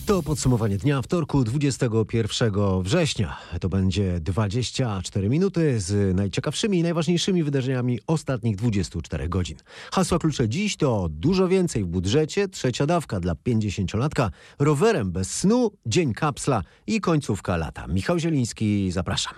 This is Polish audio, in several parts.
To podsumowanie dnia wtorku 21 września. To będzie 24 minuty z najciekawszymi i najważniejszymi wydarzeniami ostatnich 24 godzin. Hasła klucze dziś to dużo więcej w budżecie, trzecia dawka dla 50-latka, rowerem bez snu, dzień kapsla i końcówka lata. Michał Zieliński, zapraszam.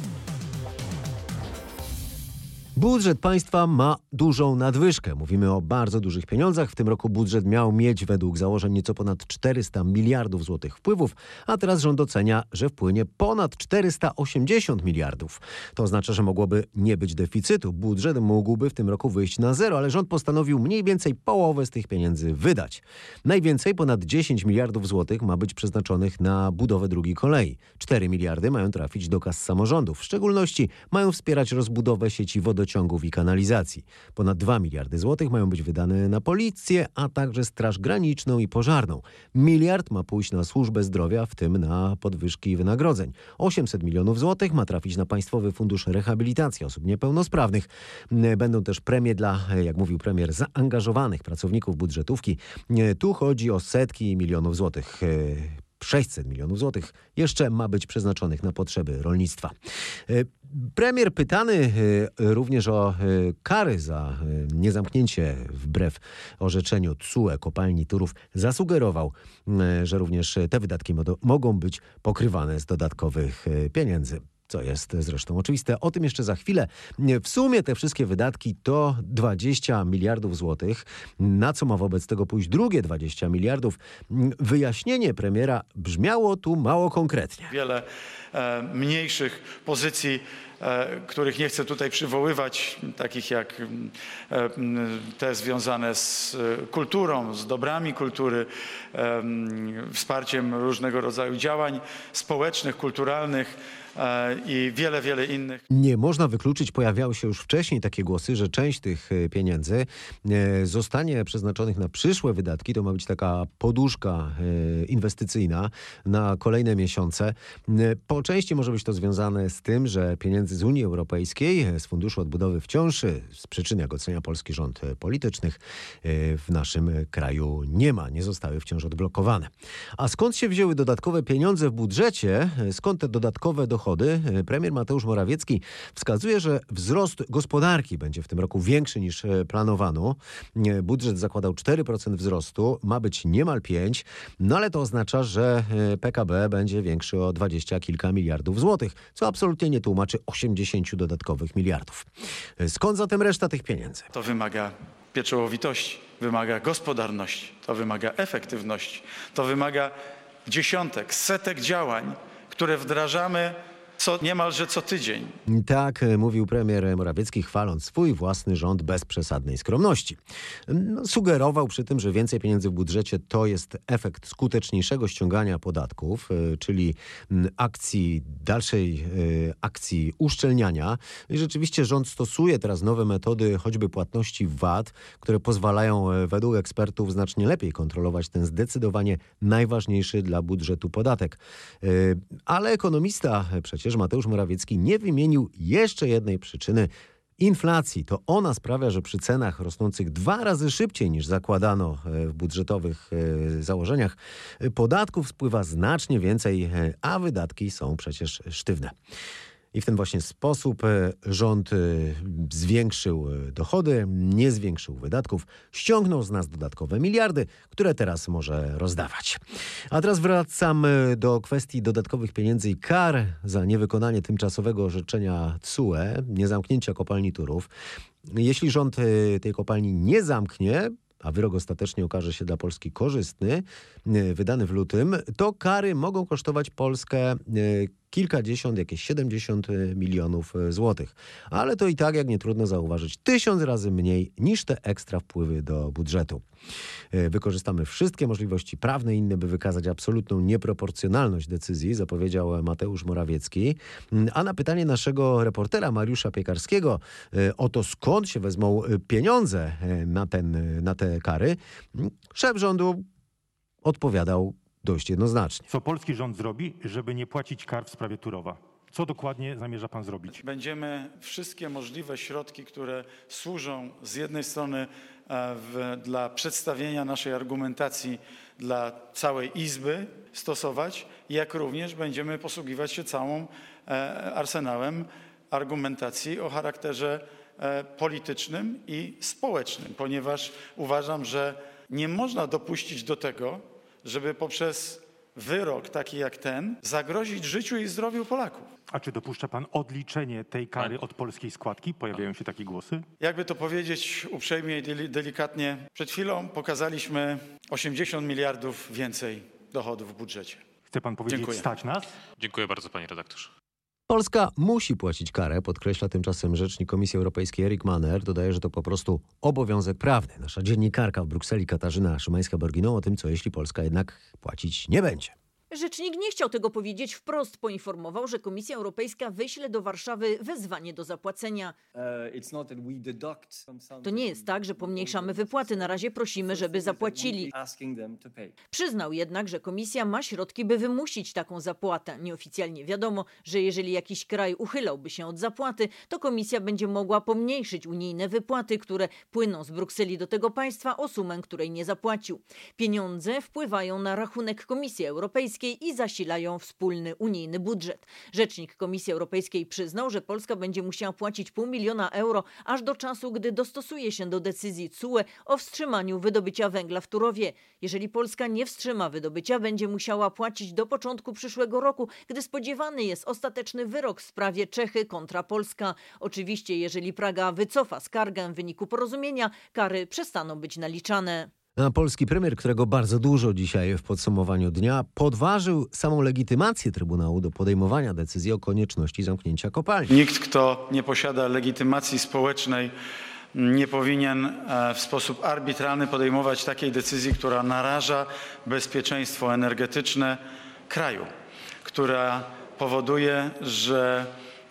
Budżet państwa ma dużą nadwyżkę. Mówimy o bardzo dużych pieniądzach. W tym roku budżet miał mieć według założeń nieco ponad 400 miliardów złotych wpływów, a teraz rząd ocenia, że wpłynie ponad 480 miliardów. To oznacza, że mogłoby nie być deficytu. Budżet mógłby w tym roku wyjść na zero, ale rząd postanowił mniej więcej połowę z tych pieniędzy wydać. Najwięcej, ponad 10 miliardów złotych, ma być przeznaczonych na budowę drugiej kolei. 4 miliardy mają trafić do kas samorządów. W szczególności mają wspierać rozbudowę sieci wodociągów i kanalizacji. Ponad 2 miliardy złotych mają być wydane na policję, a także Straż Graniczną i Pożarną. Miliard ma pójść na służbę zdrowia, w tym na podwyżki wynagrodzeń. 800 milionów złotych ma trafić na Państwowy Fundusz Rehabilitacji Osób Niepełnosprawnych. Będą też premie dla, jak mówił premier, zaangażowanych pracowników budżetówki. Tu chodzi o setki milionów złotych. 600 milionów złotych jeszcze ma być przeznaczonych na potrzeby rolnictwa. Premier pytany również o kary za niezamknięcie wbrew orzeczeniu TSUE kopalni Turów zasugerował, że również te wydatki mogą być pokrywane z dodatkowych pieniędzy. Co jest zresztą oczywiste. O tym jeszcze za chwilę. W sumie te wszystkie wydatki to 20 miliardów złotych. Na co ma wobec tego pójść drugie 20 miliardów? Wyjaśnienie premiera brzmiało tu mało konkretnie. Wiele mniejszych pozycji, których nie chcę tutaj przywoływać, takich jak te związane z kulturą, z dobrami kultury, wsparciem różnego rodzaju działań społecznych, kulturalnych i wiele, wiele innych. Nie można wykluczyć, pojawiały się już wcześniej takie głosy, że część tych pieniędzy zostanie przeznaczonych na przyszłe wydatki. To ma być taka poduszka inwestycyjna na kolejne miesiące. Po części może być to związane z tym, że pieniędzy z Unii Europejskiej, z Funduszu Odbudowy wciąż z przyczyn, jak ocenia polski rząd, politycznych w naszym kraju nie ma. Nie zostały wciąż odblokowane. A skąd się wzięły dodatkowe pieniądze w budżecie? Skąd te dodatkowe dochody? Premier Mateusz Morawiecki wskazuje, że wzrost gospodarki będzie w tym roku większy niż planowano. Budżet zakładał 4% wzrostu, ma być niemal 5%, no ale to oznacza, że PKB będzie większy o 20 kilka miliardów złotych, co absolutnie nie tłumaczy 80 dodatkowych miliardów. Skąd zatem reszta tych pieniędzy? To wymaga pieczołowitości, wymaga gospodarności, to wymaga efektywności, to wymaga dziesiątek, setek działań, które wdrażamy niemalże co tydzień. Tak mówił premier Morawiecki, chwaląc swój własny rząd bez przesadnej skromności. Sugerował przy tym, że więcej pieniędzy w budżecie to jest efekt skuteczniejszego ściągania podatków, czyli dalszej akcji uszczelniania. I rzeczywiście rząd stosuje teraz nowe metody, choćby płatności VAT, które pozwalają według ekspertów znacznie lepiej kontrolować ten zdecydowanie najważniejszy dla budżetu podatek. Ale ekonomista przecież Mateusz Morawiecki nie wymienił jeszcze jednej przyczyny inflacji. To ona sprawia, że przy cenach rosnących 2 razy szybciej niż zakładano w budżetowych założeniach podatków spływa znacznie więcej, a wydatki są przecież sztywne. I w ten właśnie sposób rząd zwiększył dochody, nie zwiększył wydatków, ściągnął z nas dodatkowe miliardy, które teraz może rozdawać. A teraz wracam do kwestii dodatkowych pieniędzy i kar za niewykonanie tymczasowego orzeczenia TSUE, niezamknięcia kopalni Turów. Jeśli rząd tej kopalni nie zamknie, a wyrok ostatecznie okaże się dla Polski korzystny, wydany w lutym, to kary mogą kosztować Polskę kilkadziesiąt, jakieś 70 milionów złotych. Ale to i tak, jak nie trudno zauważyć, 1000 razy mniej niż te ekstra wpływy do budżetu. Wykorzystamy wszystkie możliwości prawne i inne, by wykazać absolutną nieproporcjonalność decyzji, zapowiedział Mateusz Morawiecki. A na pytanie naszego reportera Mariusza Piekarskiego o to, skąd się wezmą pieniądze na te kary, szef rządu odpowiadał dość jednoznacznie. Co polski rząd zrobi, żeby nie płacić kar w sprawie Turowa? Co dokładnie zamierza pan zrobić? Będziemy wszystkie możliwe środki, które służą z jednej strony dla przedstawienia naszej argumentacji dla całej Izby stosować, jak również będziemy posługiwać się całym arsenałem argumentacji o charakterze politycznym i społecznym, ponieważ uważam, że nie można dopuścić do tego, żeby poprzez wyrok taki jak ten zagrozić życiu i zdrowiu Polaków. A czy dopuszcza pan odliczenie tej kary od polskiej składki? Pojawiają się takie głosy? Jakby to powiedzieć uprzejmie i delikatnie, przed chwilą pokazaliśmy 80 miliardów więcej dochodów w budżecie. Chce pan powiedzieć, Dziękuję. stać nas? Dziękuję bardzo, panie redaktorze. Polska musi płacić karę, podkreśla tymczasem rzecznik Komisji Europejskiej Erik Manner. Dodaje, że to po prostu obowiązek prawny. Nasza dziennikarka w Brukseli Katarzyna Szymańska-Borginą o tym, co jeśli Polska jednak płacić nie będzie. Rzecznik nie chciał tego powiedzieć wprost. Poinformował, że Komisja Europejska wyśle do Warszawy wezwanie do zapłacenia. To nie jest tak, że pomniejszamy wypłaty. Na razie prosimy, żeby zapłacili. Przyznał jednak, że Komisja ma środki, by wymusić taką zapłatę. Nieoficjalnie wiadomo, że jeżeli jakiś kraj uchylałby się od zapłaty, to Komisja będzie mogła pomniejszyć unijne wypłaty, które płyną z Brukseli do tego państwa o sumę, której nie zapłacił. Pieniądze wpływają na rachunek Komisji Europejskiej i zasilają wspólny unijny budżet. Rzecznik Komisji Europejskiej przyznał, że Polska będzie musiała płacić 500 000 euro aż do czasu, gdy dostosuje się do decyzji TSUE o wstrzymaniu wydobycia węgla w Turowie. Jeżeli Polska nie wstrzyma wydobycia, będzie musiała płacić do początku przyszłego roku, gdy spodziewany jest ostateczny wyrok w sprawie Czechy kontra Polska. Oczywiście, jeżeli Praga wycofa skargę w wyniku porozumienia, kary przestaną być naliczane. A polski premier, którego bardzo dużo dzisiaj w podsumowaniu dnia, podważył samą legitymację Trybunału do podejmowania decyzji o konieczności zamknięcia kopalni. Nikt, kto nie posiada legitymacji społecznej, nie powinien w sposób arbitralny podejmować takiej decyzji, która naraża bezpieczeństwo energetyczne kraju, która powoduje, że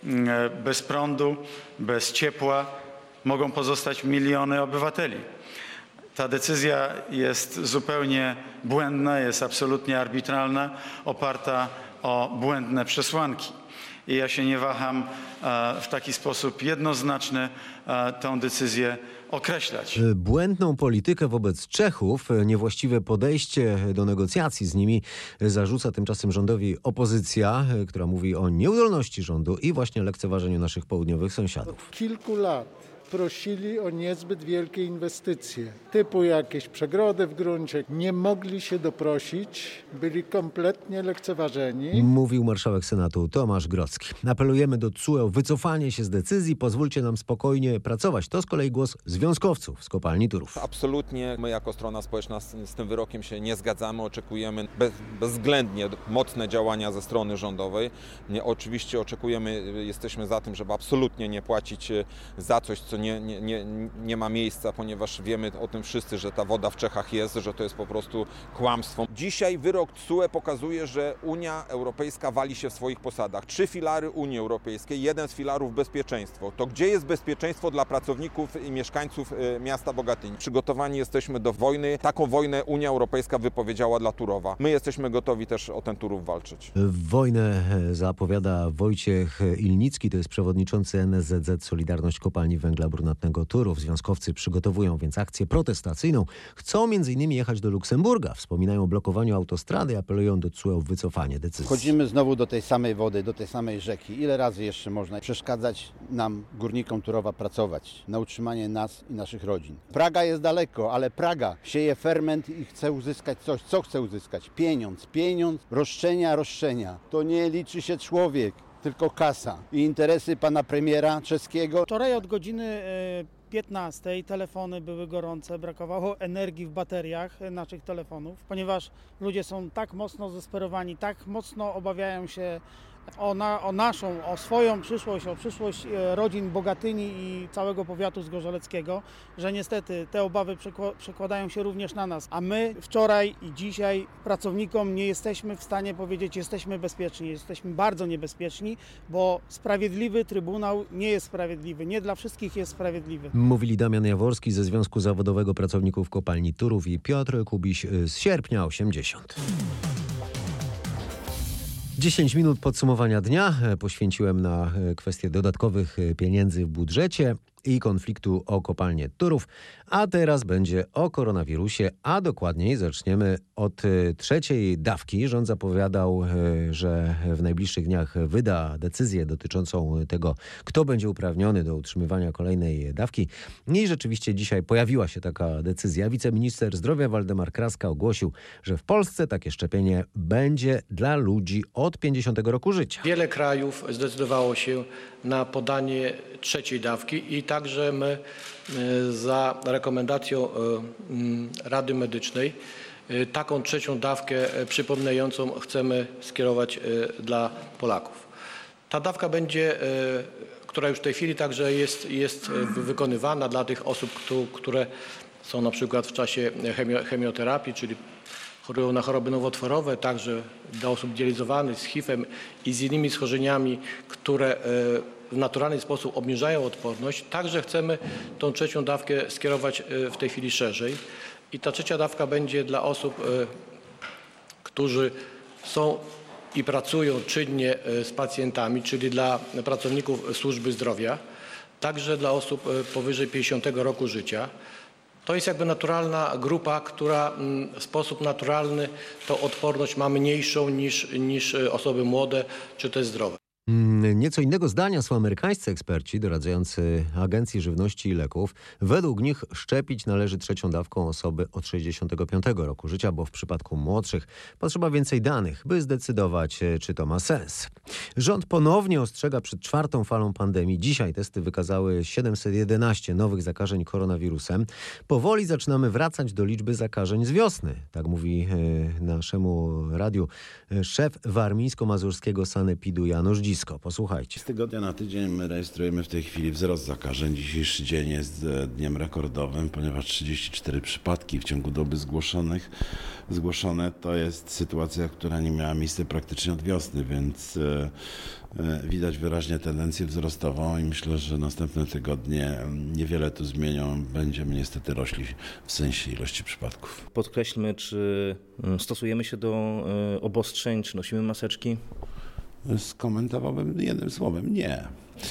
bez prądu, bez ciepła mogą pozostać miliony obywateli. Ta decyzja jest zupełnie błędna, jest absolutnie arbitralna, oparta o błędne przesłanki. I ja się nie waham w taki sposób jednoznaczny tę decyzję określać. Błędną politykę wobec Czechów, niewłaściwe podejście do negocjacji z nimi zarzuca tymczasem rządowi opozycja, która mówi o nieudolności rządu i właśnie lekceważeniu naszych południowych sąsiadów. Od kilku lat prosili o niezbyt wielkie inwestycje, typu jakieś przegrody w gruncie. Nie mogli się doprosić, byli kompletnie lekceważeni. Mówił marszałek Senatu Tomasz Grodzki. Apelujemy do TSUE o wycofanie się z decyzji, pozwólcie nam spokojnie pracować. To z kolei głos związkowców z kopalni Turów. Absolutnie my jako strona społeczna z tym wyrokiem się nie zgadzamy. Oczekujemy bezwzględnie mocne działania ze strony rządowej. Oczywiście oczekujemy, jesteśmy za tym, żeby absolutnie nie płacić za coś, co nie ma miejsca, ponieważ wiemy o tym wszyscy, że ta woda w Czechach jest, że to jest po prostu kłamstwo. Dzisiaj wyrok TSUE pokazuje, że Unia Europejska wali się w swoich posadach. 3 filary Unii Europejskiej, jeden z filarów bezpieczeństwo. To gdzie jest bezpieczeństwo dla pracowników i mieszkańców miasta Bogatyni? Przygotowani jesteśmy do wojny. Taką wojnę Unia Europejska wypowiedziała dla Turowa. My jesteśmy gotowi też o ten Turów walczyć. Wojnę zapowiada Wojciech Ilnicki, to jest przewodniczący NSZZ Solidarność Kopalni Węgla Brunatnego Turów. Związkowcy przygotowują więc akcję protestacyjną. Chcą m.in. jechać do Luksemburga. Wspominają o blokowaniu autostrady i apelują do TSUE o wycofanie decyzji. Wchodzimy znowu do tej samej wody, do tej samej rzeki. Ile razy jeszcze można przeszkadzać nam, górnikom Turowa, pracować na utrzymanie nas i naszych rodzin? Praga jest daleko, ale Praga sieje ferment i chce uzyskać coś. Co chce uzyskać? Pieniądz, roszczenia. To nie liczy się człowiek, tylko kasa i interesy pana premiera czeskiego. Wczoraj od godziny 15 telefony były gorące, brakowało energii w bateriach naszych telefonów, ponieważ ludzie są tak mocno zdesperowani, tak mocno obawiają się o swoją przyszłość, o przyszłość rodzin Bogatyni i całego powiatu zgorzeleckiego, że niestety te obawy przekładają się również na nas. A my wczoraj i dzisiaj pracownikom nie jesteśmy w stanie powiedzieć, jesteśmy bezpieczni, jesteśmy bardzo niebezpieczni, bo sprawiedliwy Trybunał nie jest sprawiedliwy, nie dla wszystkich jest sprawiedliwy. Mówili Damian Jaworski ze Związku Zawodowego Pracowników Kopalni Turów i Piotr Kubiś z sierpnia 80. 10 minut podsumowania dnia poświęciłem na kwestię dodatkowych pieniędzy w budżecie i konfliktu o kopalnię Turów. A teraz będzie o koronawirusie, a dokładniej zaczniemy od trzeciej dawki. Rząd zapowiadał, że w najbliższych dniach wyda decyzję dotyczącą tego, kto będzie uprawniony do utrzymywania kolejnej dawki. I rzeczywiście dzisiaj pojawiła się taka decyzja. Wiceminister zdrowia Waldemar Kraska ogłosił, że w Polsce takie szczepienie będzie dla ludzi od 50 roku życia. Wiele krajów zdecydowało się na podanie trzeciej dawki i także my za rekomendacją Rady Medycznej taką trzecią dawkę przypominającą chcemy skierować dla Polaków. Ta dawka będzie, która już w tej chwili także jest wykonywana dla tych osób, które są na przykład w czasie chemioterapii, czyli chorują na choroby nowotworowe, także dla osób dializowanych z HIV-em i z innymi schorzeniami, które w naturalny sposób obniżają odporność. Także chcemy tą trzecią dawkę skierować w tej chwili szerzej. I ta trzecia dawka będzie dla osób, którzy są i pracują czynnie z pacjentami, czyli dla pracowników służby zdrowia, także dla osób powyżej 50 roku życia. To jest jakby naturalna grupa, która w sposób naturalny tą odporność ma mniejszą niż osoby młode czy też zdrowe. Nieco innego zdania są amerykańscy eksperci doradzający Agencji Żywności i Leków. Według nich szczepić należy trzecią dawką osoby od 65 roku życia, bo w przypadku młodszych potrzeba więcej danych, by zdecydować, czy to ma sens. Rząd ponownie ostrzega przed czwartą falą pandemii. Dzisiaj testy wykazały 711 nowych zakażeń koronawirusem. Powoli zaczynamy wracać do liczby zakażeń z wiosny. Tak mówi naszemu radiu szef warmińsko-mazurskiego sanepidu Janusz Dzisko. Posłuchajcie. Z tygodnia na tydzień my rejestrujemy w tej chwili wzrost zakażeń. Dzisiejszy dzień jest dniem rekordowym, ponieważ 34 przypadki w ciągu doby zgłoszone. To jest sytuacja, która nie miała miejsca praktycznie od wiosny, więc widać wyraźnie tendencję wzrostową i myślę, że następne tygodnie niewiele tu zmienią. Będziemy niestety rośli w sensie ilości przypadków. Podkreślmy, czy stosujemy się do obostrzeń, czy nosimy maseczki? Skomentowałbym jednym słowem nie.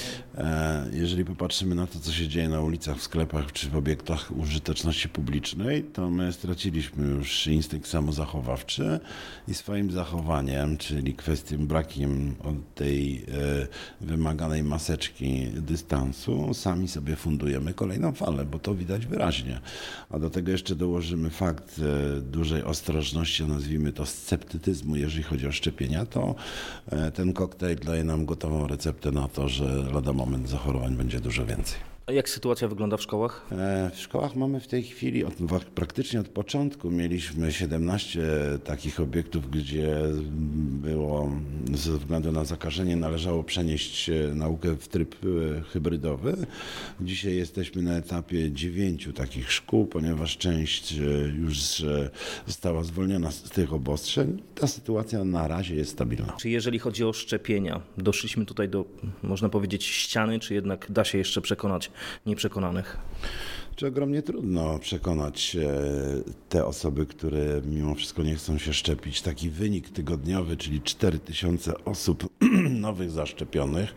Jeżeli popatrzymy na to, co się dzieje na ulicach, w sklepach czy w obiektach użyteczności publicznej, to my straciliśmy już instynkt samozachowawczy i swoim zachowaniem, czyli kwestią brakiem od tej wymaganej maseczki dystansu, sami sobie fundujemy kolejną falę, bo to widać wyraźnie. A do tego jeszcze dołożymy fakt dużej ostrożności, nazwijmy to sceptycyzmu, jeżeli chodzi o szczepienia, to ten koktajl daje nam gotową receptę na to, że lada moment zachorowań będzie dużo więcej. A jak sytuacja wygląda w szkołach? W szkołach mamy w tej chwili, praktycznie od początku mieliśmy 17 takich obiektów, gdzie było ze względu na zakażenie należało przenieść naukę w tryb hybrydowy. Dzisiaj jesteśmy na etapie 9 takich szkół, ponieważ część już została zwolniona z tych obostrzeń. Ta sytuacja na razie jest stabilna. Czy jeżeli chodzi o szczepienia, doszliśmy tutaj do, można powiedzieć, ściany, czy jednak da się jeszcze przekonać nieprzekonanych? Czy ogromnie trudno przekonać te osoby, które mimo wszystko nie chcą się szczepić. Taki wynik tygodniowy, czyli 4000 osób nowych zaszczepionych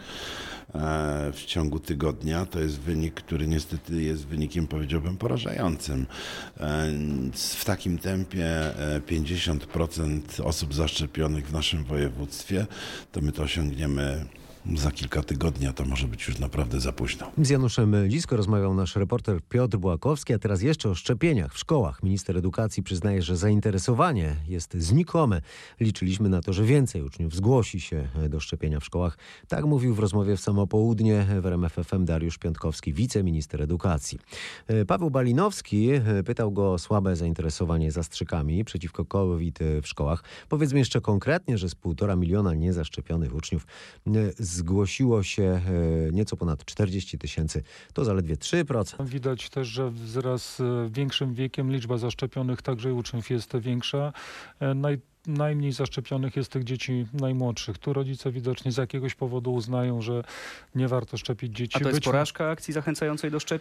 w ciągu tygodnia, to jest wynik, który niestety jest wynikiem, powiedziałbym, porażającym. W takim tempie 50% osób zaszczepionych w naszym województwie, to my to osiągniemy za kilka tygodni, a to może być już naprawdę za późno. Z Januszem Dzisko rozmawiał nasz reporter Piotr Błakowski, a teraz jeszcze o szczepieniach w szkołach. Minister edukacji przyznaje, że zainteresowanie jest znikome. Liczyliśmy na to, że więcej uczniów zgłosi się do szczepienia w szkołach. Tak mówił w rozmowie w samo południe w RMF FM Dariusz Piątkowski, wiceminister edukacji. Paweł Balinowski pytał go o słabe zainteresowanie zastrzykami przeciwko COVID w szkołach. Powiedzmy jeszcze konkretnie, że z 1,5 miliona niezaszczepionych uczniów zgłosiło się nieco ponad 40 000, to zaledwie 3%. Widać też, że wraz z większym wiekiem liczba zaszczepionych także uczniów jest większa. Najmniej zaszczepionych jest tych dzieci najmłodszych. Tu rodzice widocznie z jakiegoś powodu uznają, że nie warto szczepić dzieci. A to jest porażka akcji zachęcającej do szczepień?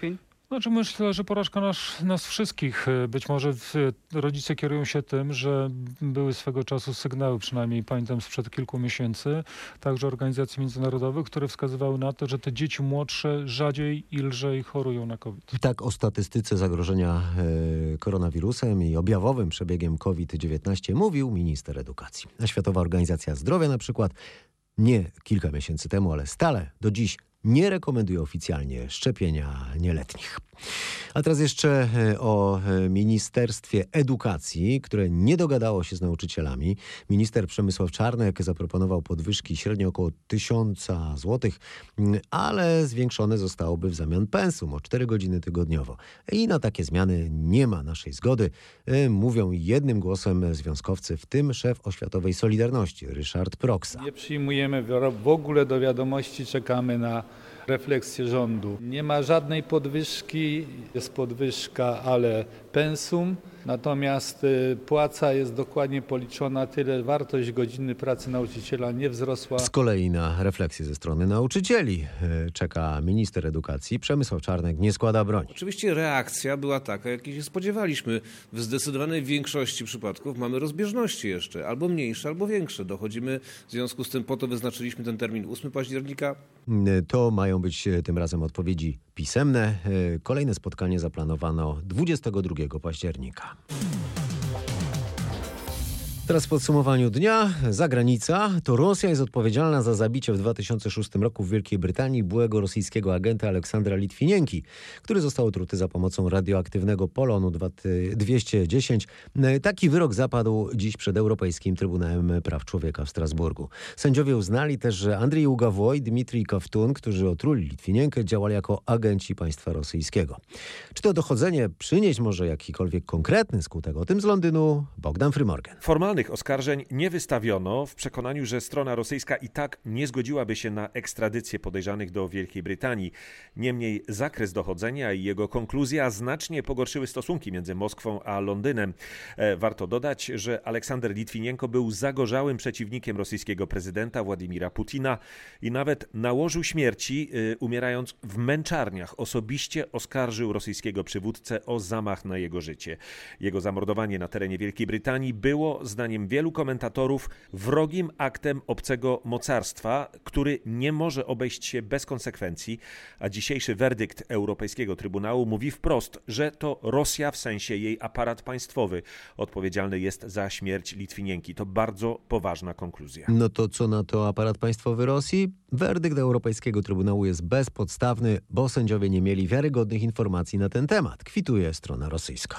Znaczy myślę, że porażka nas wszystkich. Być może rodzice kierują się tym, że były swego czasu sygnały, przynajmniej pamiętam sprzed kilku miesięcy, także organizacji międzynarodowych, które wskazywały na to, że te dzieci młodsze rzadziej i lżej chorują na COVID. Tak o statystyce zagrożenia koronawirusem i objawowym przebiegiem COVID-19 mówił minister edukacji. A Światowa Organizacja Zdrowia na przykład nie kilka miesięcy temu, ale stale do dziś nie rekomenduje oficjalnie szczepienia nieletnich. A teraz jeszcze o Ministerstwie Edukacji, które nie dogadało się z nauczycielami. Minister Przemysław Czarnek zaproponował podwyżki średnio około 1000 zł, ale zwiększone zostałoby w zamian pensum o 4 godziny tygodniowo. I na takie zmiany nie ma naszej zgody, mówią jednym głosem związkowcy, w tym szef Oświatowej Solidarności Ryszard Proksa. Nie przyjmujemy w ogóle do wiadomości, czekamy na refleksję rządu. Nie ma żadnej podwyżki, jest podwyżka, ale pensum, natomiast płaca jest dokładnie policzona, tyle wartość godziny pracy nauczyciela nie wzrosła. Z kolei na refleksję ze strony nauczycieli czeka minister edukacji. Przemysław Czarnek nie składa broni. Oczywiście reakcja była taka, jakiej się spodziewaliśmy. W zdecydowanej większości przypadków mamy rozbieżności jeszcze, albo mniejsze, albo większe. Dochodzimy, w związku z tym po to wyznaczyliśmy ten termin 8 października. To mają być tym razem odpowiedzi pisemne. Kolejne spotkanie zaplanowano 22 października. Teraz w podsumowaniu dnia. Zagranica. To Rosja jest odpowiedzialna za zabicie w 2006 roku w Wielkiej Brytanii byłego rosyjskiego agenta Aleksandra Litwinienki, który został otruty za pomocą radioaktywnego polonu 210. Taki wyrok zapadł dziś przed Europejskim Trybunałem Praw Człowieka w Strasburgu. Sędziowie uznali też, że Andrzej Ługawoj i Dmitrij Kawtun, którzy otruli Litwinienkę, działali jako agenci państwa rosyjskiego. Czy to dochodzenie przynieść może jakikolwiek konkretny skutek? O tym z Londynu Bogdan Frymorgan. Formalnych oskarżeń nie wystawiono w przekonaniu, że strona rosyjska i tak nie zgodziłaby się na ekstradycję podejrzanych do Wielkiej Brytanii. Niemniej zakres dochodzenia i jego konkluzja znacznie pogorszyły stosunki między Moskwą a Londynem. Warto dodać, że Aleksander Litwinienko był zagorzałym przeciwnikiem rosyjskiego prezydenta Władimira Putina i nawet na łożu śmierci, umierając w męczarniach, osobiście oskarżył rosyjskiego przywódcę o zamach na jego życie. Jego zamordowanie na terenie Wielkiej Brytanii było, zdaniem wielu komentatorów, wrogim aktem obcego mocarstwa, który nie może obejść się bez konsekwencji, a dzisiejszy werdykt Europejskiego Trybunału mówi wprost, że to Rosja, w sensie jej aparat państwowy, odpowiedzialny jest za śmierć Litwinienki. To bardzo poważna konkluzja. No to co na to aparat państwowy Rosji? Werdykt Europejskiego Trybunału jest bezpodstawny, bo sędziowie nie mieli wiarygodnych informacji na ten temat. Kwituje strona rosyjska.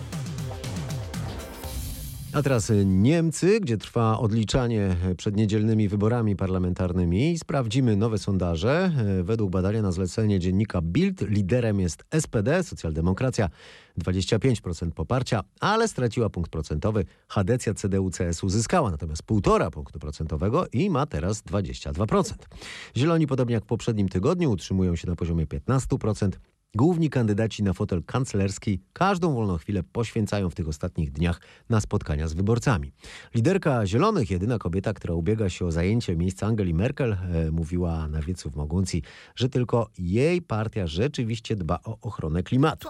A teraz Niemcy, gdzie trwa odliczanie przed niedzielnymi wyborami parlamentarnymi. Sprawdzimy nowe sondaże. Według badania na zlecenie dziennika Bild liderem jest SPD, socjaldemokracja, 25% poparcia, ale straciła punkt procentowy. Hadecja CDU-CSU zyskała natomiast 1,5 punktu procentowego i ma teraz 22%. Zieloni, podobnie jak w poprzednim tygodniu, utrzymują się na poziomie 15%. Główni kandydaci na fotel kanclerski każdą wolną chwilę poświęcają w tych ostatnich dniach na spotkania z wyborcami. Liderka Zielonych, jedyna kobieta, która ubiega się o zajęcie miejsca Angeli Merkel, mówiła na wiecu w Moguncji, że tylko jej partia rzeczywiście dba o ochronę klimatu.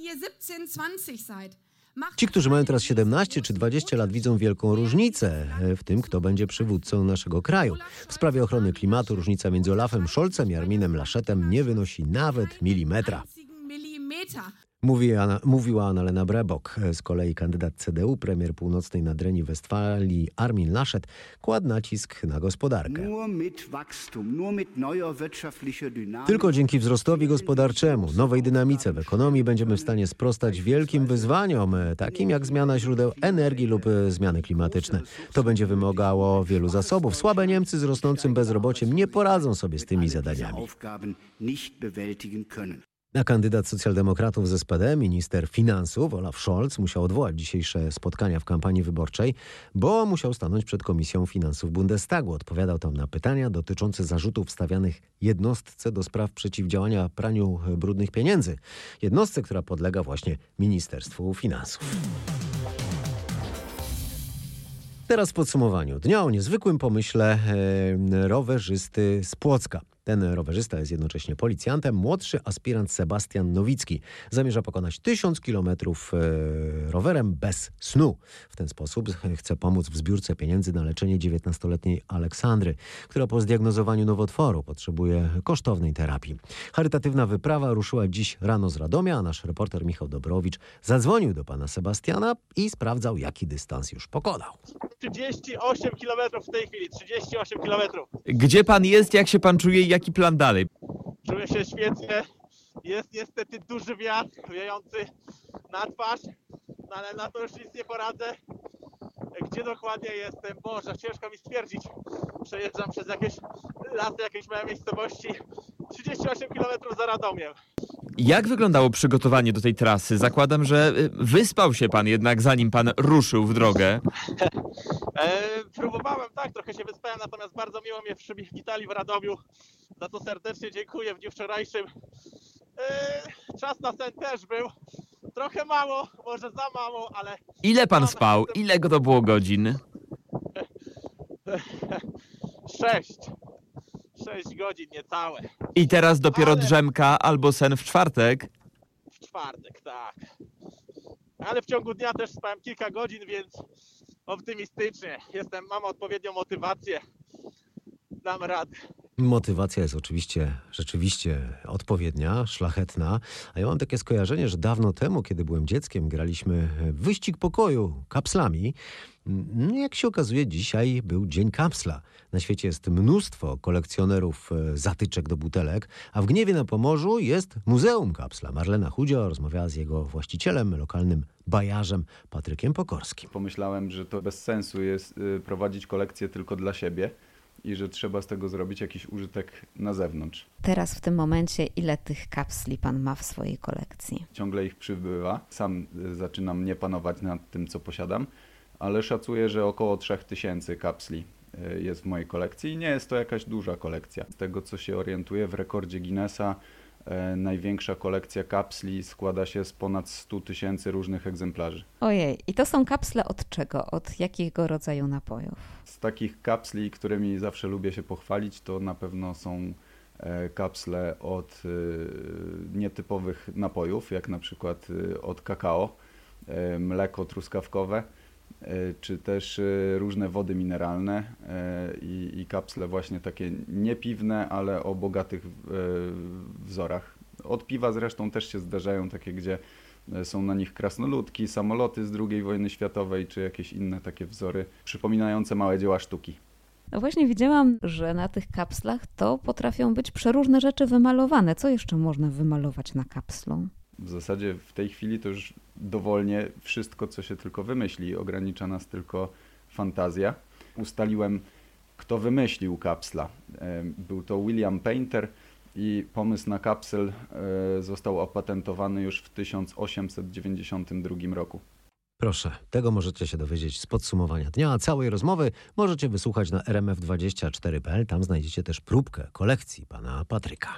Ci, którzy mają teraz 17 czy 20 lat, widzą wielką różnicę w tym, kto będzie przywódcą naszego kraju. W sprawie ochrony klimatu różnica między Olafem Scholzem i Arminem Laschetem nie wynosi nawet milimetra. Mówiła Annalena Baerbock. Z kolei kandydat CDU, premier północnej Nadrenii Westfalii Armin Laschet kładł nacisk na gospodarkę. Tylko dzięki wzrostowi gospodarczemu, nowej dynamice w ekonomii będziemy w stanie sprostać wielkim wyzwaniom, takim jak zmiana źródeł energii lub zmiany klimatyczne. To będzie wymagało wielu zasobów. Słabe Niemcy z rosnącym bezrobociem nie poradzą sobie z tymi zadaniami. A kandydat socjaldemokratów z SPD, minister finansów Olaf Scholz, musiał odwołać dzisiejsze spotkania w kampanii wyborczej, bo musiał stanąć przed Komisją Finansów Bundestagu. Odpowiadał tam na pytania dotyczące zarzutów stawianych jednostce do spraw przeciwdziałania praniu brudnych pieniędzy. Jednostce, która podlega właśnie Ministerstwu Finansów. Teraz w podsumowaniu dnia o niezwykłym pomyśle rowerzysty z Płocka. Ten rowerzysta jest jednocześnie policjantem. Młodszy aspirant Sebastian Nowicki zamierza pokonać 1000 kilometrów rowerem bez snu. W ten sposób chce pomóc w zbiórce pieniędzy na leczenie 19-letniej Aleksandry, która po zdiagnozowaniu nowotworu potrzebuje kosztownej terapii. Charytatywna wyprawa ruszyła dziś rano z Radomia, a nasz reporter Michał Dobrowicz zadzwonił do pana Sebastiana i sprawdzał, jaki dystans już pokonał. 38 km w tej chwili, 38 km. Gdzie pan jest, jak się pan czuje i jaki plan dalej? Czuję się świetnie. Jest niestety duży wiatr wiejący na twarz, ale na to już nic nie poradzę. Gdzie dokładnie jestem? Boże, ciężko mi stwierdzić. Przejeżdżam przez jakieś lasy, jakieś małe miejscowości. 38 km za Radomiem. Jak wyglądało przygotowanie do tej trasy? Zakładam, że wyspał się pan jednak, zanim pan ruszył w drogę. Próbowałem, tak, trochę się wyspałem, natomiast bardzo miło mnie przywitali w Radomiu. Za to serdecznie dziękuję w dniu wczorajszym. Czas na sen też był. Trochę mało, może za mało, ale... Ile pan spał? Ile to było godzin? 6 godzin, niecałe. I teraz dopiero drzemka albo sen w czwartek? W czwartek, tak. Ale w ciągu dnia też spałem kilka godzin, więc optymistycznie. Mam odpowiednią motywację. Dam radę. Motywacja jest oczywiście rzeczywiście odpowiednia, szlachetna, a ja mam takie skojarzenie, że dawno temu, kiedy byłem dzieckiem, graliśmy w wyścig pokoju kapslami. Jak się okazuje, dzisiaj był Dzień Kapsla. Na świecie jest mnóstwo kolekcjonerów zatyczek do butelek, a w Gniewie na Pomorzu jest Muzeum Kapsla. Marlena Chudzio rozmawiała z jego właścicielem, lokalnym bajarzem Patrykiem Pokorskim. Pomyślałem, że to bez sensu jest prowadzić kolekcję tylko dla siebie i że trzeba z tego zrobić jakiś użytek na zewnątrz. Teraz w tym momencie ile tych kapsli pan ma w swojej kolekcji? Ciągle ich przybywa. Sam zaczynam nie panować nad tym, co posiadam, ale szacuję, że około 3000 kapsli jest w mojej kolekcji i nie jest to jakaś duża kolekcja. Z tego, co się orientuję, w rekordzie Guinnessa największa kolekcja kapsli składa się z ponad 100 000 różnych egzemplarzy. Ojej, i to są kapsle od czego? Od jakiego rodzaju napojów? Z takich kapsli, którymi zawsze lubię się pochwalić, to na pewno są kapsle od nietypowych napojów, jak na przykład od kakao, mleko truskawkowe, czy też różne wody mineralne i kapsle właśnie takie niepiwne, ale o bogatych wzorach. Od piwa zresztą też się zdarzają takie, gdzie są na nich krasnoludki, samoloty z II wojny światowej, czy jakieś inne takie wzory przypominające małe dzieła sztuki. No właśnie widziałam, że na tych kapslach to potrafią być przeróżne rzeczy wymalowane. Co jeszcze można wymalować na kapslu? W zasadzie w tej chwili to już dowolnie wszystko, co się tylko wymyśli. Ogranicza nas tylko fantazja. Ustaliłem, kto wymyślił kapsla. Był to William Painter i pomysł na kapsel został opatentowany już w 1892 roku. Proszę, tego możecie się dowiedzieć z podsumowania dnia, a całej rozmowy możecie wysłuchać na rmf24.pl. Tam znajdziecie też próbkę kolekcji pana Patryka.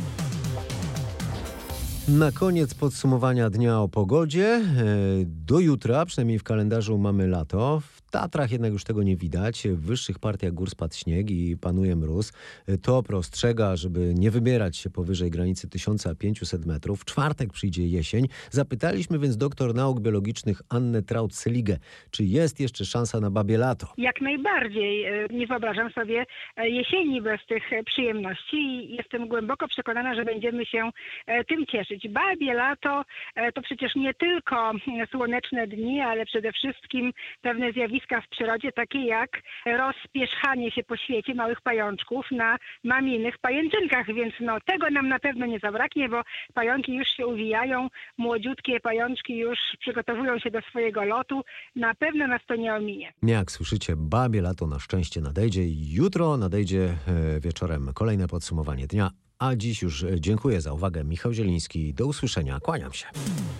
Na koniec podsumowania dnia o pogodzie. Do jutra, przynajmniej w kalendarzu, mamy lato. W Tatrach jednak już tego nie widać. W wyższych partiach gór spadł śnieg i panuje mróz. TOPR ostrzega, żeby nie wybierać się powyżej granicy 1500 metrów. W czwartek przyjdzie jesień. Zapytaliśmy więc doktor nauk biologicznych Annę Traut-Seligę, czy jest jeszcze szansa na babie lato. Jak najbardziej. Nie wyobrażam sobie jesieni bez tych przyjemności i jestem głęboko przekonana, że będziemy się tym cieszyć. Babie lato to przecież nie tylko słoneczne dni, ale przede wszystkim pewne zjawiska w przyrodzie, takie jak rozpierzchanie się po świecie małych pajączków na maminych pajęczynkach, więc tego nam na pewno nie zabraknie, bo pająki już się uwijają, młodziutkie pajączki już przygotowują się do swojego lotu. Na pewno nas to nie ominie. Jak słyszycie, babie lato na szczęście nadejdzie i jutro nadejdzie wieczorem kolejne podsumowanie dnia. A dziś już dziękuję za uwagę. Michał Zieliński. Do usłyszenia. Kłaniam się.